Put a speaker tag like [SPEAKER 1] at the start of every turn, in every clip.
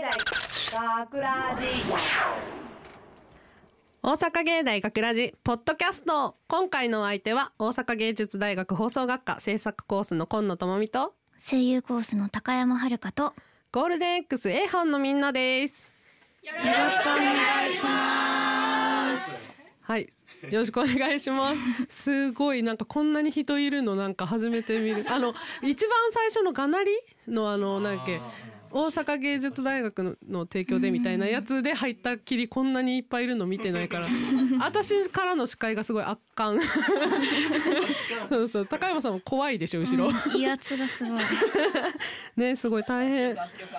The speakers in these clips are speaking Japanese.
[SPEAKER 1] 大学ラジ
[SPEAKER 2] 大阪芸大学ラジポッドキャスト。今回のお相手は大阪芸術大学放送学科制作コースの今野智美と
[SPEAKER 3] 声優コースの高山遥と
[SPEAKER 2] ゴールデン X A 班のみんなです。
[SPEAKER 3] よろしくお願いします。
[SPEAKER 2] はい、よろしくお願いします。すごいなんかこんなに人いるのなんか初めて見る。一番最初のがなりのなんだっけ大阪芸術大学の提供でみたいなやつで入ったきりこんなにいっぱいいるの見てないから私からの視界がすごい圧巻そうそう、高山さんも怖いでしょ後ろ、
[SPEAKER 3] 威圧がすごい
[SPEAKER 2] ね、すごい大変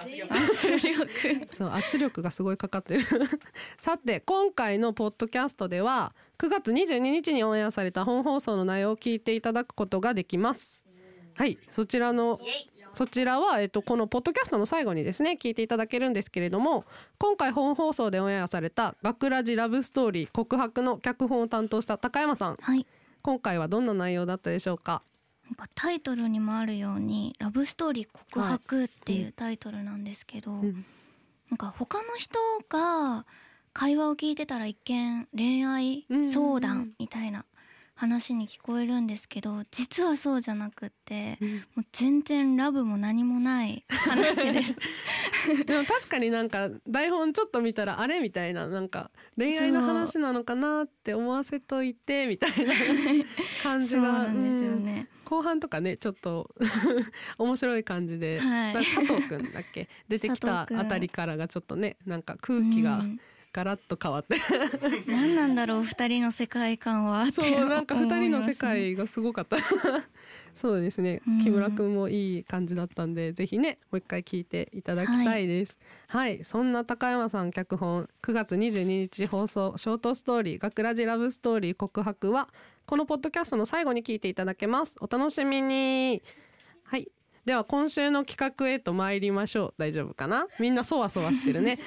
[SPEAKER 2] 圧力がすごいかかってるさて今回のポッドキャストでは9月22日にオンエアされた本放送の内容を聞いていただくことができます。はい、そちらは、このポッドキャストの最後にですね聞いていただけるんですけれども、今回本放送でオンエアされた学ラジラブストーリー告白の脚本を担当した高山さん、
[SPEAKER 3] はい、
[SPEAKER 2] 今回はどんな内容だったでしょうか。
[SPEAKER 3] なんかタイトルにもあるようにラブストーリー告白っていうタイトルなんですけど、なんか他の人が会話を聞いてたら一見恋愛相談みたいな話に聞こえるんですけど、実はそうじゃなくって、もう全然ラブも何もない話です
[SPEAKER 2] でも確かになんか台本ちょっと見たらあれみたいな、なんか恋愛の話なのかなって思わせといてみたいな感じが
[SPEAKER 3] そうなんですよね、
[SPEAKER 2] 後半とかねちょっと面白い感じで、
[SPEAKER 3] はい、
[SPEAKER 2] 佐藤くんだっけ出てきたあたりからがちょっとねなんか空気がガラッと変わって
[SPEAKER 3] 何なんだろう二人の世界観はって
[SPEAKER 2] そうなんか二人の世界がすごかったそうですね、木村くんもいい感じだったんでぜひねもう一回聞いていただきたいです。はい、そんな高山さん脚本9月22日放送ショートストーリー学ラジラブストーリー告白はこのポッドキャストの最後に聞いていただけます。お楽しみに。はい、では今週の企画へと参りましょう。大丈夫かな、みんなそわそわしてるね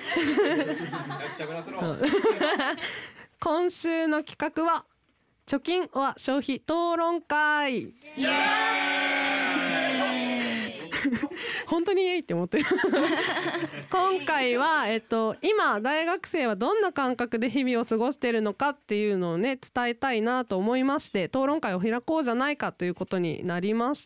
[SPEAKER 2] 今週の企画は貯金は消費討論会。イエーイ本当にイエーイって思ってる今回は、今大学生はどんな感覚で日々を過ごしているのかっていうのをね伝えたいなと思いまして討論会を開こうじゃないかということになりました。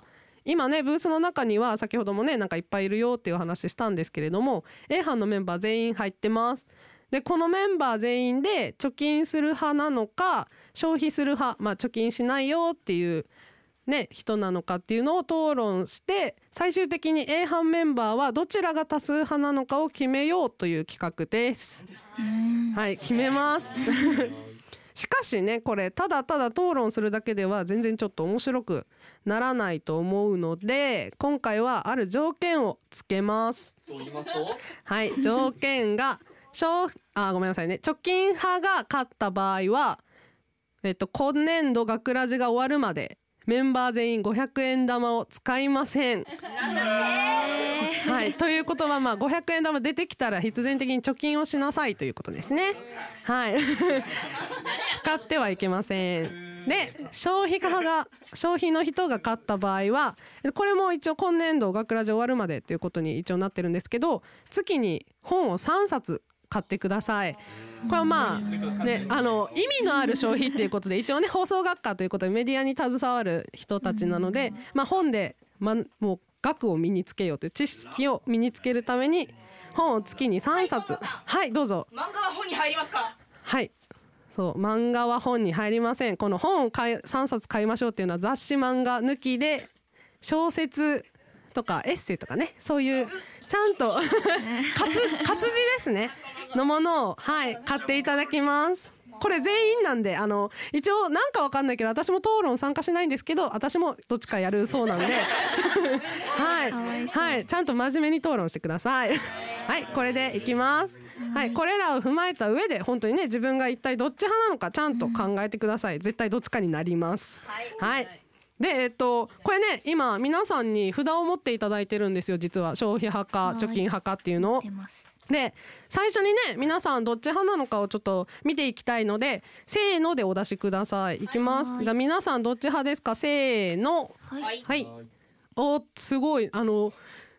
[SPEAKER 2] 今ねブースの中には先ほどもねなんかいっぱいいるよっていう話したんですけれども A 班のメンバー全員入ってます。でこのメンバー全員で貯金する派なのか消費する派、貯金しないよっていうね人なのかっていうのを討論して最終的に A 班メンバーはどちらが多数派なのかを決めようという企画です。はい、決めますしかしねこれただただ討論するだけでは全然ちょっと面白くならないと思うので今回はある条件をつけます。
[SPEAKER 4] と言いますと
[SPEAKER 2] はい、条件がごめんなさいね、貯金派が勝った場合は、今年度学ラジが終わるまでメンバー全員500円玉を使いません。はい、ということは500円玉出てきたら必然的に貯金をしなさいということですね。はい使ってはいけません。で消費の人が勝った場合はこれも一応今年度学ラジ終わるまでということに一応なってるんですけど月に本を3冊買ってください。これはね意味のある消費っていうことで一応ね放送学科ということでメディアに携わる人たちなので本でもう学を身につけようという知識を身につけるために本を月に3冊はいどうぞ。
[SPEAKER 1] 漫画は本に入りますか。
[SPEAKER 2] はい、そう漫画は本に入りません。この本を3冊買いましょうっていうのは雑誌漫画抜きで小説とかエッセイとかねそういうちゃんと活字ですねのものを、はい、買っていただきます。これ全員なんで一応なんかわかんないけど私も討論参加しないんですけど私もどっちかやるそうなんではい、はい、ちゃんと真面目に討論してくださいはいこれでいきます。はい、これらを踏まえた上で本当にね自分が一体どっち派なのかちゃんと考えてください。絶対どっちかになります。はい、でこれね今皆さんに札を持っていただいてるんですよ。実は消費派か貯金派かっていうのをで最初にね皆さんどっち派なのかをちょっと見ていきたいのでせーのでお出しください。いきます。じゃあ皆さんどっち派ですか。せーの。はい、おすごい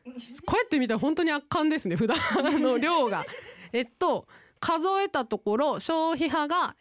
[SPEAKER 2] こうやって見たら本当に圧巻ですね、札の量が。数えたところ消費派が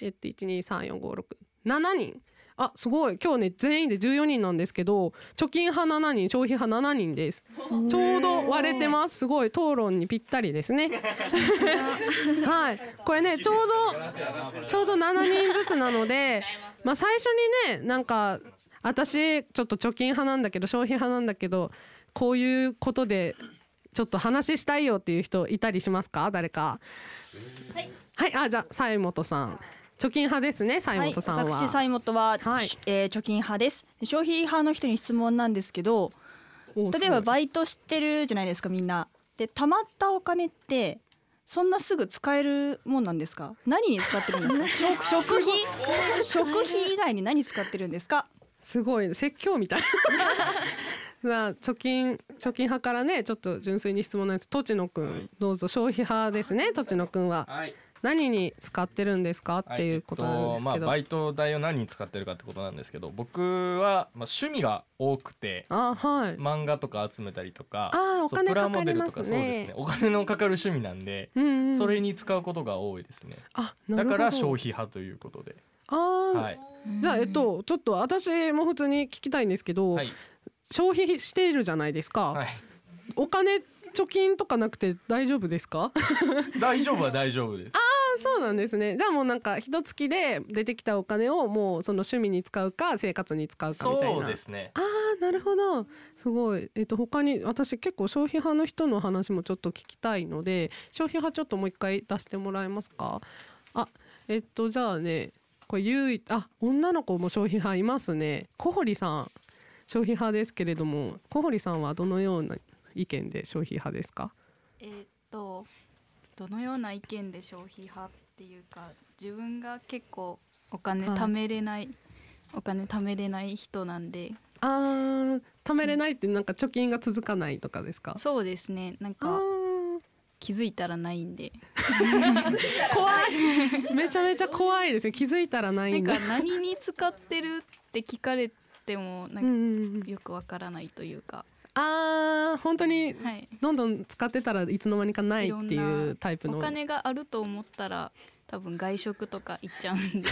[SPEAKER 2] 1234567人。あ、すごい。今日ね全員で14人なんですけど、貯金派7人消費派7人です。ちょうど割れてます。すごい討論にぴったりですね。はい、これねちょうど7人ずつなので、まあ最初にねなんか私ちょっと貯金派なんだけど消費派なんだけど、こういうことでちょっと話したいよっていう人いたりしますか？誰か。はい、じゃあ西本さん貯金派ですね。西本さんは。
[SPEAKER 4] 私西本は、
[SPEAKER 2] はい
[SPEAKER 4] 貯金派です。消費派の人に質問なんですけど、例えばバイトしてるじゃないですかみんなで、貯まったお金ってそんなすぐ使えるもんなんですか？何に使ってるんですか？食費以外に何使ってるんですか？
[SPEAKER 2] すごい説教みたいな。貯金派からねちょっと純粋に質問のやつ、とちのくんどうぞ。消費派ですね。とちのくんは何に使ってるんですかっていうことなんですけど、
[SPEAKER 5] バイト代を何に使ってるかってことなんですけど、僕は、趣味が多くて、漫画とか集めたりとか、
[SPEAKER 2] お金
[SPEAKER 5] プラモ
[SPEAKER 2] かかります
[SPEAKER 5] デルとか、そうですね、お金のかかる趣味なんで、それに使うことが多いですね。だから消費派ということで。はい、
[SPEAKER 2] じゃあちょっと私も普通に聞きたいんですけど、消費しているじゃないですか、お金貯金とかなくて大丈夫ですか？
[SPEAKER 5] 大丈夫は大丈夫です。
[SPEAKER 2] そうなんですね。じゃあもうなんか一月で出てきたお金をもうその趣味に使うか生活に使うかみたいな。
[SPEAKER 5] そうですね。
[SPEAKER 2] なるほど、すごい。他に私結構消費派の人の話もちょっと聞きたいので、消費派ちょっともう一回出してもらえますか？じゃあね、これ女の子も消費派いますね。小堀さん消費派ですけれども、小堀さんはどのような意見で消費派ですか？
[SPEAKER 6] どのような意見で消費派っていうか、自分が結構お金貯めれない人なんで。貯
[SPEAKER 2] めれないってなんか貯金が続かないとかですか？
[SPEAKER 6] そうですね、なんか気づいたらないんで
[SPEAKER 2] 怖い。めちゃめちゃ怖いですね。気づいたらないんだ。
[SPEAKER 6] なんか何に使ってるって聞かれてもなんかよくわからないというか、
[SPEAKER 2] 本当にどんどん使ってたらいつの間にかないっていうタイプの。
[SPEAKER 6] お金があると思ったら多分外食とか行っちゃうんで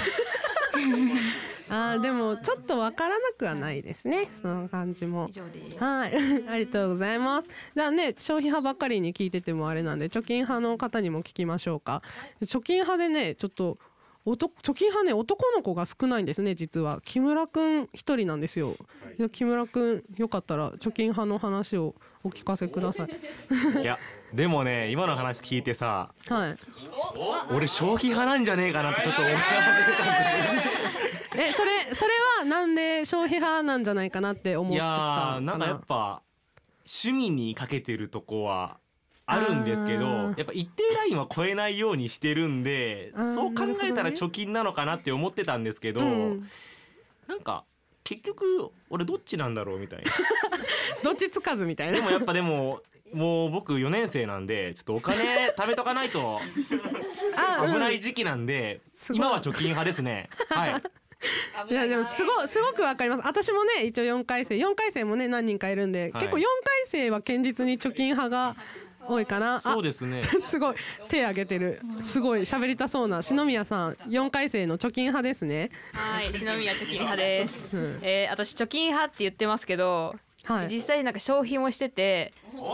[SPEAKER 2] でもちょっとわからなくはないですね、その感じも。
[SPEAKER 6] 以上です。
[SPEAKER 2] はいありがとうございます。じゃあね、消費派ばっかりに聞いててもあれなんで、貯金派の方にも聞きましょうか。貯金派でねちょっと貯金派ね男の子が少ないんですね。実は木村くん一人なんですよ。木村くんよかったら貯金派の話をお聞かせください。
[SPEAKER 7] いやでもね、今の話聞いてさ、俺消費派なんじゃねえかなってちょっと思い始めたんだ
[SPEAKER 2] けどそれはなんで消費派なんじゃないかなって思ってきたのかな。
[SPEAKER 7] なんかやっぱ趣味にかけてるとこはあるんですけど、やっぱ一定ラインは超えないようにしてるんで、そう考えたら貯金なのかなって思ってたんですけど、なんか結局俺どっちなんだろうみたいな
[SPEAKER 2] どっちつかずみたいな。
[SPEAKER 7] でももう僕4年生なんで、ちょっとお金貯めとかないと危ない時期なんで、今は貯金派ですね。
[SPEAKER 2] いやでもすごくわかります。私もね一応4回生もね何人かいるんで、結構4回生は堅実に貯金派が多いかな。
[SPEAKER 7] そうですね。
[SPEAKER 2] すごい手挙げてる。すごい喋りたそうな篠宮さん、4回生の貯金派ですね。
[SPEAKER 8] はい、篠宮貯金派です。私貯金派って言ってますけど、実際なんか消費もしてて、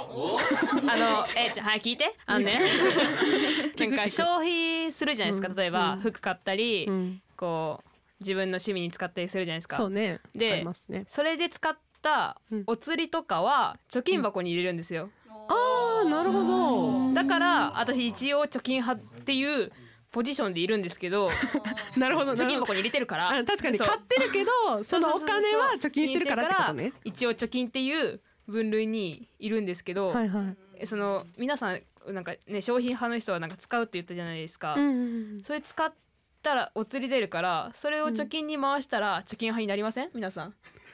[SPEAKER 8] 聞いて。なんか消費するじゃないですか。例えば服買ったり、こう自分の趣味に使ったりするじゃないですか。
[SPEAKER 2] そうね。
[SPEAKER 8] で、それで使ったお釣りとかは貯金箱に入れるんですよ。
[SPEAKER 2] なるほど。
[SPEAKER 8] だから私一応貯金派っていうポジションでいるんですけど
[SPEAKER 2] なるほど、
[SPEAKER 8] 貯金箱に入れてるから。
[SPEAKER 2] 確かに買ってるけどそのお金は貯金してるからってことね。
[SPEAKER 8] 一応貯金っていう分類にいるんですけど、その皆さんなんかね、商品派の人はなんか使うって言ったじゃないですか。それ使ったらお釣り出るから、それを貯金に回したら貯金派になりません？皆さん。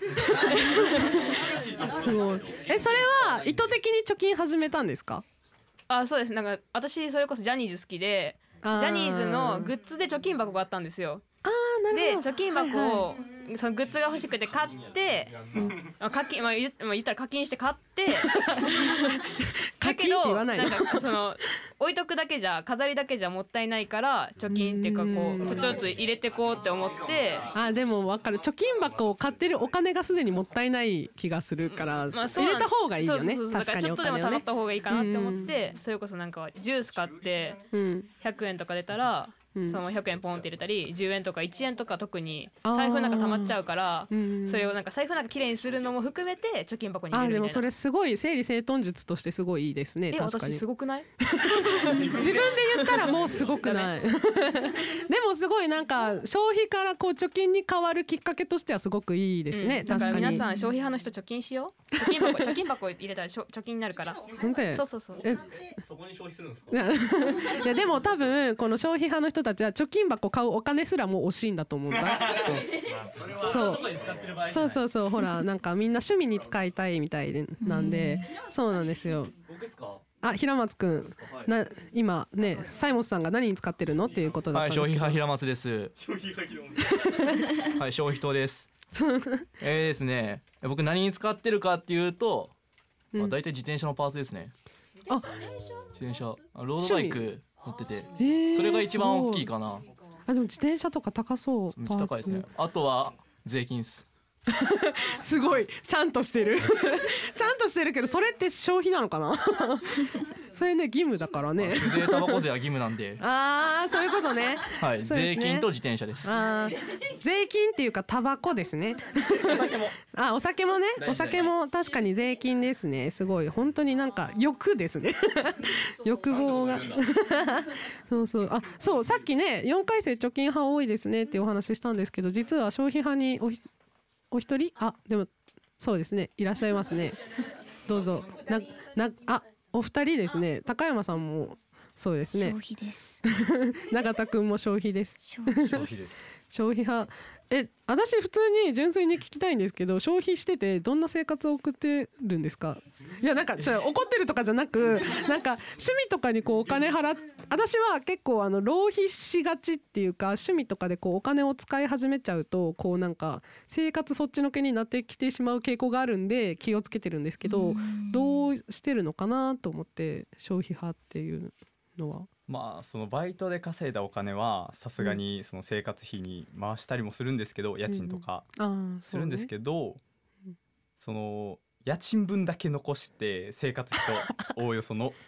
[SPEAKER 2] すごい。それは意図的に貯金始めたんですか？
[SPEAKER 8] そうです。なんか私それこそジャニーズ好きで、ジャニーズのグッズで貯金箱があったんですよ。 で貯金箱をそのグッズが欲しくて買って、課金、言ったら課金して買ってだけどなんかその置いとくだけじゃ飾りだけじゃもったいないから貯金っていうかこう一つ入れてこうって思って。
[SPEAKER 2] でも分かる。貯金箱を買ってるお金がすでにもったいない気がするから、入れた方がいいよね。
[SPEAKER 8] だからちょっとでも貯まった方がいいかなって思って、それこそなんかジュース買って100円とか出たらその100円ポンって入れたり、10円とか1円とか特に財布なんか溜まっちゃうから、それをなんか財布なんかきれいにするのも含めて貯金箱に入れるみたいな。
[SPEAKER 2] でもそれすごい整理整頓術としてすごいいいですね。確かに
[SPEAKER 8] 私すごくない？
[SPEAKER 2] 自分で言ったらもうすごくないでもすごいなんか消費からこう貯金に変わるきっかけとしてはすごくいいですね。
[SPEAKER 8] だから皆さん消費派の人貯金しよう。貯金箱入れたら貯金になるから。
[SPEAKER 2] 本当？
[SPEAKER 7] そうそこに消費するんですか？
[SPEAKER 2] いやでも多分この消費派の人たちは貯金箱買うお金すらもう惜しいんだと思うんだそうほらなんかみんな趣味に使いたいみたいなんで、そうなんですよ。
[SPEAKER 7] 僕ですか？
[SPEAKER 2] 平松くん、今ねサイモスさんが何に使ってるのっていうことだったんですけど。
[SPEAKER 5] 消費派平松です。消費党ですですね、僕何に使ってるかっていうと、だいたい自転車のパーツですね。自転車ロードバイク乗ってて、それが一番大きいかな。
[SPEAKER 2] でも自転車とか高そう。
[SPEAKER 5] めっちゃ高いですね。あとは税金っす
[SPEAKER 2] すごいちゃんとしてるちゃんとしてるけど、それって消費なのかなそれね義務だからね。
[SPEAKER 5] 酒税タバコ税は義務なんで
[SPEAKER 2] そういうことね。
[SPEAKER 5] はい、ね、税金と自転車です。
[SPEAKER 2] 税金っていうかタバコですねお酒もお酒もね、お酒も確かに税金ですね。すごい本当になんか欲ですね欲望がそうさっきね4回生貯金派多いですねっていうお話したんですけど、実は消費派にお一人でもそうですね、いらっしゃいますね。どうぞ。お二人ですね。高山さんもそうですね。
[SPEAKER 3] 消費です
[SPEAKER 2] 永田くんも消費です。
[SPEAKER 3] 消費です。
[SPEAKER 2] 消費派。私普通に純粋に聞きたいんですけど、消費しててどんな生活を送ってるんですか？いやなんか怒ってるとかじゃなく、なんか趣味とかにこうお金払っ、私は結構浪費しがちっていうか、趣味とかでこうお金を使い始めちゃうとこうなんか生活そっちのけになってきてしまう傾向があるんで気をつけてるんですけど、どうしてるのかなと思って。消費派っていうのは
[SPEAKER 9] そのバイトで稼いだお金はさすがにその生活費に回したりもするんですけど、家賃とかするんですけど、その家賃分だけ残して生活費とおおよその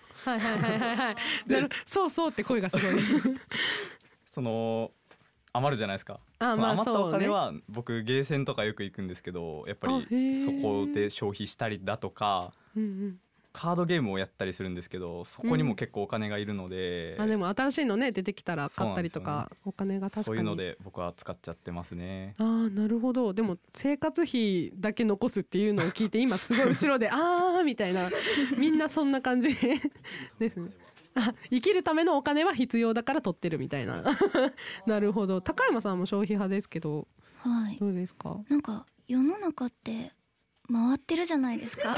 [SPEAKER 2] そうって声がすごい
[SPEAKER 9] その余るじゃないですか。その余ったお金は僕ゲーセンとかよく行くんですけど、やっぱりそこで消費したりだとか、カードゲームをやったりするんですけど、そこにも結構お金がいるので、
[SPEAKER 2] でも新しいのね出てきたら買ったりとか、お金が確かに
[SPEAKER 9] そういうので僕は使っちゃってますね。
[SPEAKER 2] なるほど。でも生活費だけ残すっていうのを聞いて今すごい後ろでみたいなみんなそんな感じですね。生きるためのお金は必要だから取ってるみたいななるほど。高山さんも消費派ですけど、どうですか？
[SPEAKER 3] なんか世の中って回ってるじゃないですか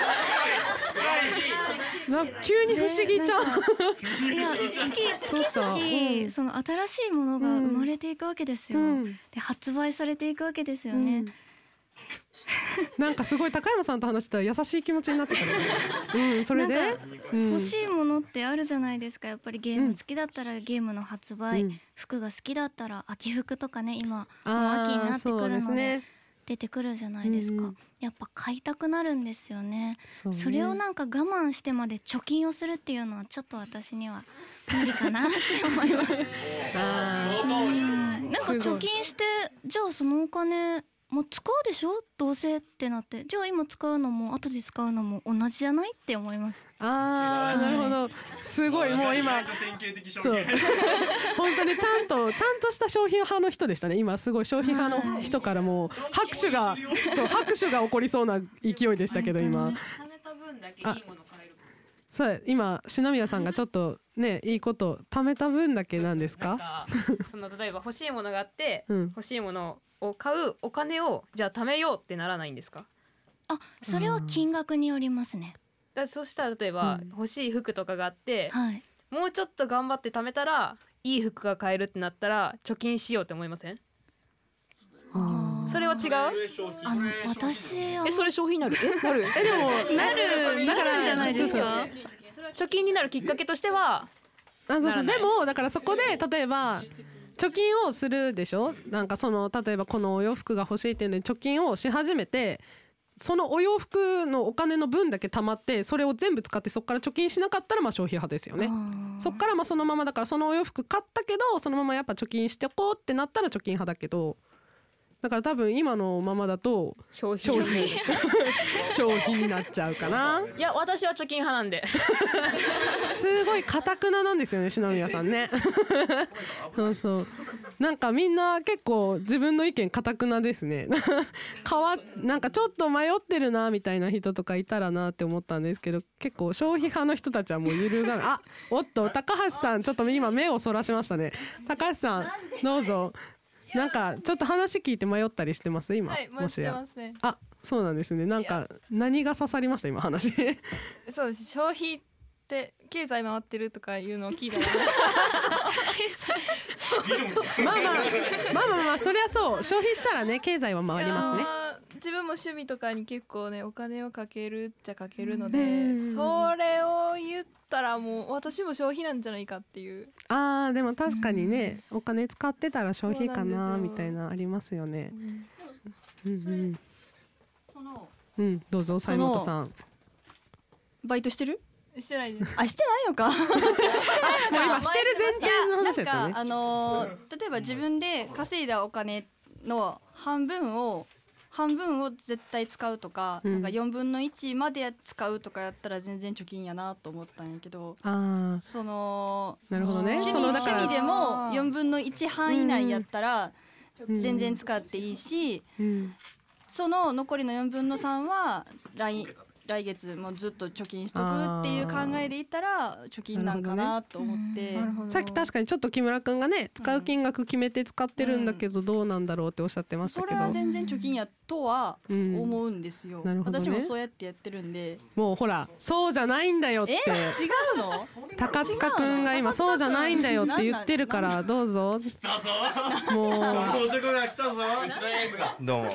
[SPEAKER 2] 急に不思議ちゃう
[SPEAKER 3] いや月々その新しいものが生まれていくわけですよ、で発売されていくわけですよね、
[SPEAKER 2] なんかすごい高山さんと話したら優しい気持ちになってくる、それで
[SPEAKER 3] 欲しいものってあるじゃないですか。やっぱりゲーム好きだったらゲームの発売、服が好きだったら秋服とかね、今もう秋になってくるので出てくるじゃないですか、やっぱ買いたくなるんですよね。それをなんか我慢してまで貯金をするっていうのはちょっと私には無理かなって思いますなんか貯金してじゃあそのお金もう使うでしょどうせってなって、じゃあ今使うのも後で使うのも同じじゃないって思います。
[SPEAKER 2] なるほど。すごいもう今そう本当にちゃんとした消費派の人でしたね。今すごい消費派の人からもう拍手が起こりそうな勢いでしたけど、今
[SPEAKER 8] 貯めた分だけいいもの買える。
[SPEAKER 2] そう今篠宮さんがちょっとねいいこと貯めた分だけなんですか？
[SPEAKER 8] その例えば欲しいものがあって、欲しいものを買うお金をじゃあ貯めようってならないんですか？
[SPEAKER 3] それは金額によりますね。
[SPEAKER 8] そしたら例えば、欲しい服とかがあって、もうちょっと頑張って貯めたらいい服が買えるってなったら貯金しようって思いません？ それは違う？
[SPEAKER 3] 私は
[SPEAKER 8] それ消費になる？なる？
[SPEAKER 2] でもなるだから
[SPEAKER 8] じゃないですか。貯金になるきっかけとしては
[SPEAKER 2] でもだからそこで例えば貯金をするでしょ。なんか例えばこのお洋服が欲しいっていうので貯金をし始めて、そのお洋服のお金の分だけ貯まってそれを全部使ってそこから貯金しなかったら消費派ですよね。そこからそのままだからそのお洋服買ったけどそのままやっぱ貯金しておこうってなったら貯金派だけど、だから多分今のままだと消費になっちゃうかな。
[SPEAKER 8] いや私は貯金派なんで。
[SPEAKER 2] すごい堅くななんですよね篠宮さんね。そうなんかみんな結構自分の意見堅くなですね。なんかちょっと迷ってるなみたいな人とかいたらなって思ったんですけど、結構消費派の人たちはもう揺るがない。おっと高橋さんちょっと今目をそらしましたね。高橋さんどうぞ。なんかちょっと話聞いて迷ったりしてます今？
[SPEAKER 10] はい、迷ってますね。
[SPEAKER 2] そうなんですね。なんか何が刺さりました今話。
[SPEAKER 10] そうです。消費って経済回ってるとかいうのを聞いたら
[SPEAKER 2] まあそりゃそう消費したらね経済は回りますね。
[SPEAKER 10] 自分も趣味とかに結構ねお金をかけるっちゃかけるので、それを言ったらもう私も消費なんじゃないかっていう。
[SPEAKER 2] でも確かにね、お金使ってたら消費かなみたいなありますよね。どうぞ西本さん。
[SPEAKER 4] バイトしてる？
[SPEAKER 10] してないです。
[SPEAKER 4] してないのか。もう
[SPEAKER 2] 今してる前提の話だったね。
[SPEAKER 4] 例えば自分で稼いだお金の半分を絶対使うとか、なんか4分の1まで使うとかやったら全然貯金やなと思ったんやけど、
[SPEAKER 2] なるほどね。
[SPEAKER 4] 趣味でも4分の1範囲内やったら全然使っていいし、その残りの4分の3は来月もずっと貯金しとくっていう考えでいったら貯金なんかなと思って、
[SPEAKER 2] さっき確かにちょっと木村くんがね使う金額決めて使ってるんだけどどうなんだろうっておっしゃってましたけど、
[SPEAKER 4] それは全然貯金やとは思うんですよ。私もそうやってやってるんで。
[SPEAKER 2] もうほらそうじゃないんだよって。
[SPEAKER 4] 違うの？
[SPEAKER 2] 高塚くんが今そうじゃないんだよって言ってるからどうぞ。
[SPEAKER 7] 来たぞ。
[SPEAKER 2] もう
[SPEAKER 7] 男が来たぞ。
[SPEAKER 9] どうも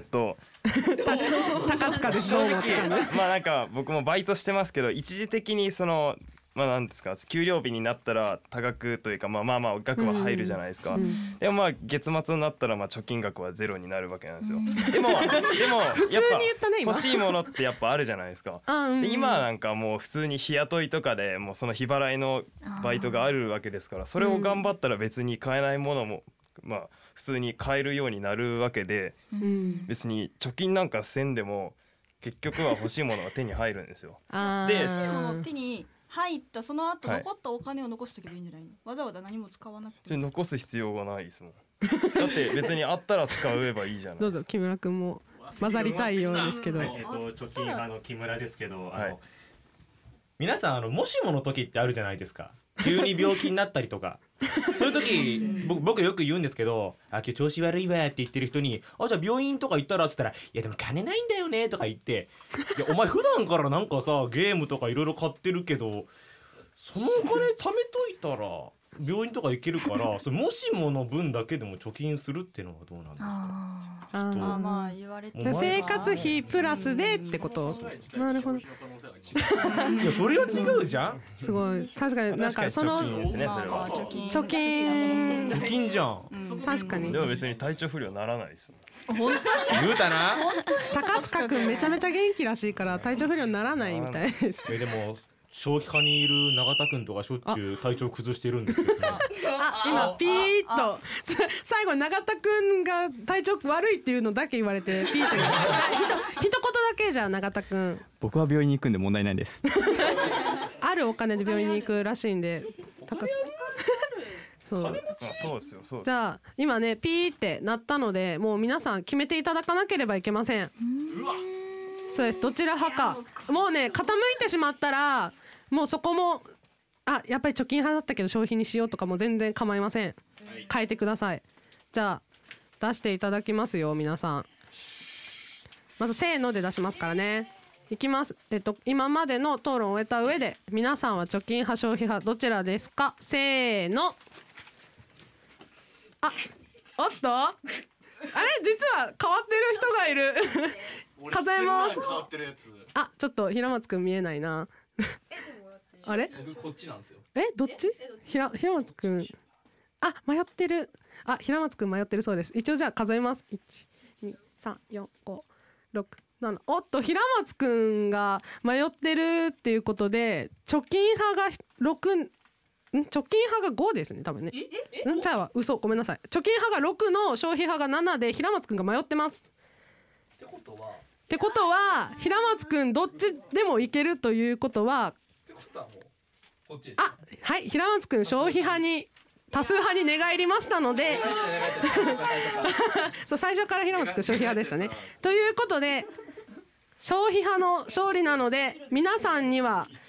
[SPEAKER 2] 高塚でしょう。
[SPEAKER 9] なんか僕もバイトしてますけど一時的になんですか給料日になったら多額というか額は入るじゃないですか。でも月末になったら貯金額はゼロになるわけなんですよ。でもやっぱ欲しいものってやっぱあるじゃないですか。で今なんかもう普通に日雇いとかでもうその日払いのバイトがあるわけですから、それを頑張ったら別に買えないものも普通に買えるようになるわけで、別に貯金なんかせんでも結局は欲しいものが手に入るんですよ。
[SPEAKER 4] で欲しいもの手に入ったその後残ったお金を残しておけばいいんじゃないの？わざわざ何も使わなくて。
[SPEAKER 9] 残す必要がないですもん。だって別にあったら使えばいいじゃないですか。
[SPEAKER 2] どうぞ木村くんも混ざりたいようですけど。
[SPEAKER 7] 貯金派の木村ですけど、皆さんもしもの時ってあるじゃないですか。急に病気になったりとか。そういう時僕よく言うんですけど、今日調子悪いわって言ってる人にじゃあ病院とか行ったらっつったら、いやでも金ないんだよねとか言って、いやお前普段からなんかさゲームとかいろいろ買ってるけどそのお金貯めといたら病院とか行けるからそれもしもの分だけでも貯金するっていうのはどうなんですか？
[SPEAKER 4] 言われて
[SPEAKER 2] 生活費プラスでってこと。なるほど。
[SPEAKER 7] いやそれは違うじゃん。
[SPEAKER 2] すごい確かになんかその貯
[SPEAKER 7] 金じゃん。
[SPEAKER 2] 確かに。
[SPEAKER 9] でも別に体調不良ならないですよ。
[SPEAKER 4] 本当に
[SPEAKER 7] 言うたな。
[SPEAKER 2] 高塚くんめちゃめちゃ元気らしいから体調不良にならないみたいです。
[SPEAKER 7] でも消費家にいる永田くんとかしょっちゅう体調崩してるんですけど、
[SPEAKER 2] 今ピーッと最後永田くんが体調悪いっていうのだけ言われてピーッと一言だけじゃ永田くん。
[SPEAKER 9] 僕は病院に行くんで問題ないです。
[SPEAKER 2] あるお金で病院に行くらしいんで。そう
[SPEAKER 9] ですよ。
[SPEAKER 2] じゃあ今ねピーってなったのでもう皆さん決めていただかなければいけません。そうです。どちら派か。もうね傾いてしまったらもうそこもやっぱり貯金派だったけど消費にしようとかも全然構いません。変えてください。じゃあ出していただきますよ皆さん。まずせーので出しますからね。いきます。今までの討論を終えた上で皆さんは貯金派消費派どちらですか？せーの。おっとあれ実は変わってる人がいる数えます。あ、ちょっと平松くん見えないなあれ
[SPEAKER 5] こっちなんですよ。
[SPEAKER 2] どっち？平松くん、あ、迷ってる。あ、平松くん迷ってるそうです。一応じゃあ数えます。1、2、3、4、5、6、7。おっと、平松くんが迷ってるっていうことで、貯金派が6、貯金派が5ですね、多分ね。じゃあ嘘、ごめんなさい。貯金派が6の消費派が7で、平松くんが迷ってます。ってことは平松くんどっちでもいけるということは、あ、はい、平松くん消費派に多数派に寝返りましたのでそう、最初から平松くん消費派でしたね。ということで消費派の勝利なので、皆さん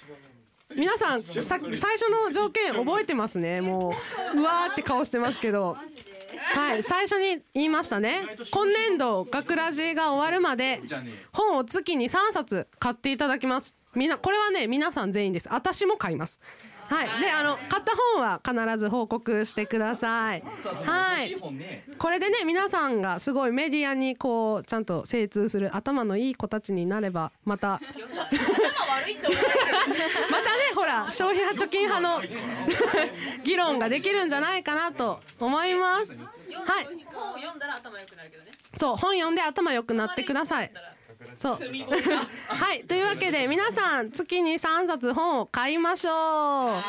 [SPEAKER 2] 最初の条件覚えてますね。もううわーって顔してますけど、はい、最初に言いましたね。今年度学ラジが終わるまで本を月に3冊買っていただきます。これはね、皆さん全員です。私も買います。はい、で買った本は必ず報告してください。はい、これでね、皆さんがすごいメディアにこうちゃんと精通する頭のいい子たちになれば、また頭悪いって思うまたね、ほら消費派貯金派の議論ができるんじゃないかなと思います。はい、
[SPEAKER 8] 本を読んだら頭良くなるけどね。
[SPEAKER 2] そう、本読んで頭良くなってください。そうはい、というわけで皆さん月に3冊本を買いましょう。はい、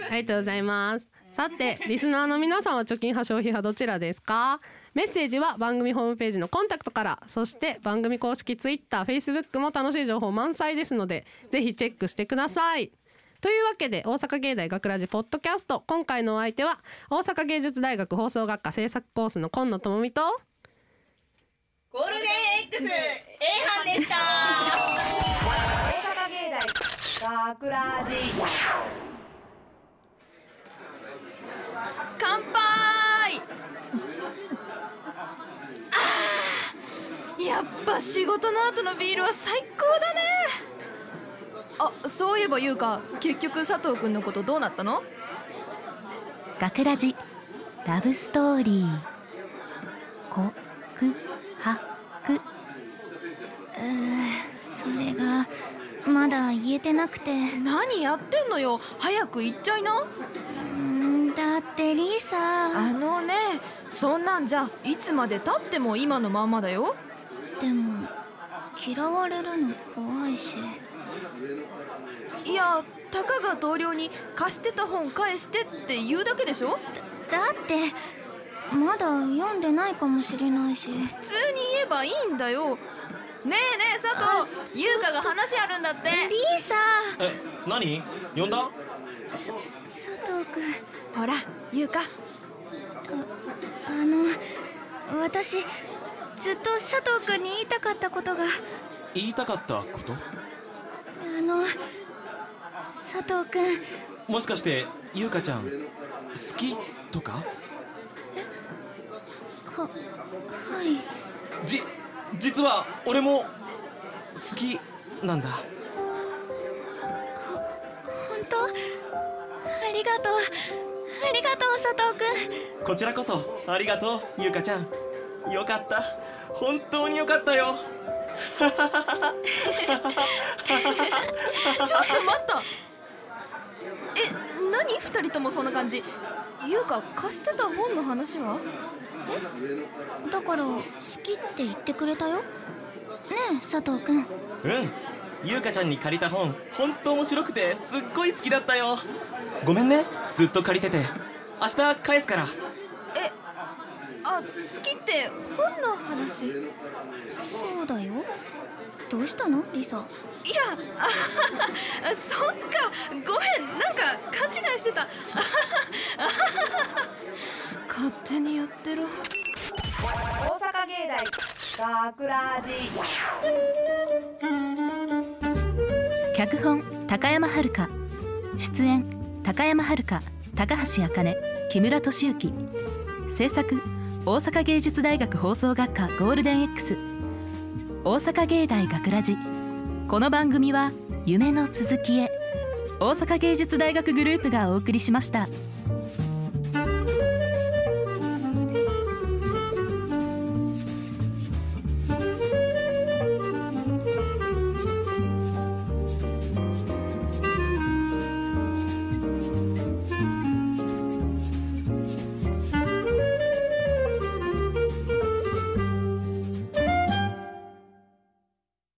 [SPEAKER 2] ありがとうございます。さて、リスナーの皆さんは貯金派消費派どちらですか？メッセージは番組ホームページのコンタクトから、そして番組公式 Twitter、Facebook も楽しい情報満載ですので、ぜひチェックしてください。というわけで、大阪芸大学ラジポッドキャスト、今回のお相手は大阪芸術大学放送学科制作コースの今野智美と
[SPEAKER 1] ゴールデン X A 班でした。大阪芸大学ラジ。
[SPEAKER 10] 乾杯。やっぱ仕事の後のビールは最高だね。あ、そういえば優香、結局佐藤くんのことどうなったの？
[SPEAKER 11] 学ラジラブストーリー告白。
[SPEAKER 3] それがまだ言えてなくて。
[SPEAKER 10] 何やってんのよ、早く言っちゃいな。
[SPEAKER 3] だってリサ、
[SPEAKER 10] ね、そんなんじゃいつまで経っても今のまんまだよ。
[SPEAKER 3] でも嫌われるの怖いし。
[SPEAKER 10] いや、たかが同僚に貸してた本返してって言うだけでしょ。
[SPEAKER 3] だってまだ読んでないかもしれないし。
[SPEAKER 10] 普通に言えばいいんだよ。ねえねえ佐藤、優香が話あるんだって。
[SPEAKER 3] リサ。
[SPEAKER 7] 何？呼んだ？
[SPEAKER 3] 佐藤くん。
[SPEAKER 10] ほら優香。
[SPEAKER 3] 私ずっと佐藤くんに言いたかったことが。
[SPEAKER 7] 言いたかったこと？
[SPEAKER 3] 佐藤くん、
[SPEAKER 7] もしかして優香ちゃん好きとか？
[SPEAKER 3] はい。
[SPEAKER 7] 実は俺も好きなんだ。
[SPEAKER 3] 本当？ありがとう佐藤くん。
[SPEAKER 7] こちらこそありがとう優香ちゃん。よかった、本当によかったよ
[SPEAKER 10] ちょっと待った何二人ともそんな感じ。優香、貸してた本の話は？
[SPEAKER 3] だから好きって言ってくれたよ。ねえ佐藤くん。
[SPEAKER 7] 優香ちゃんに借りた本、本当面白くてすっごい好きだったよ。ごめんね、ずっと借りてて。明日返すから。
[SPEAKER 10] 好きって本の話？
[SPEAKER 3] そうだよ。どうしたのリサ？
[SPEAKER 10] いや、そっか、ごめん、なんか勘違いしてた勝手にやってろ。
[SPEAKER 1] 大阪芸大学ラジ。
[SPEAKER 11] 脚本高山遥、出演高山遥、高橋茜、木村敏之、制作大阪芸術大学放送学科ゴールデン X、 大阪芸大学ラジ。この番組は夢の続きへ大阪芸術大学グループがお送りしました。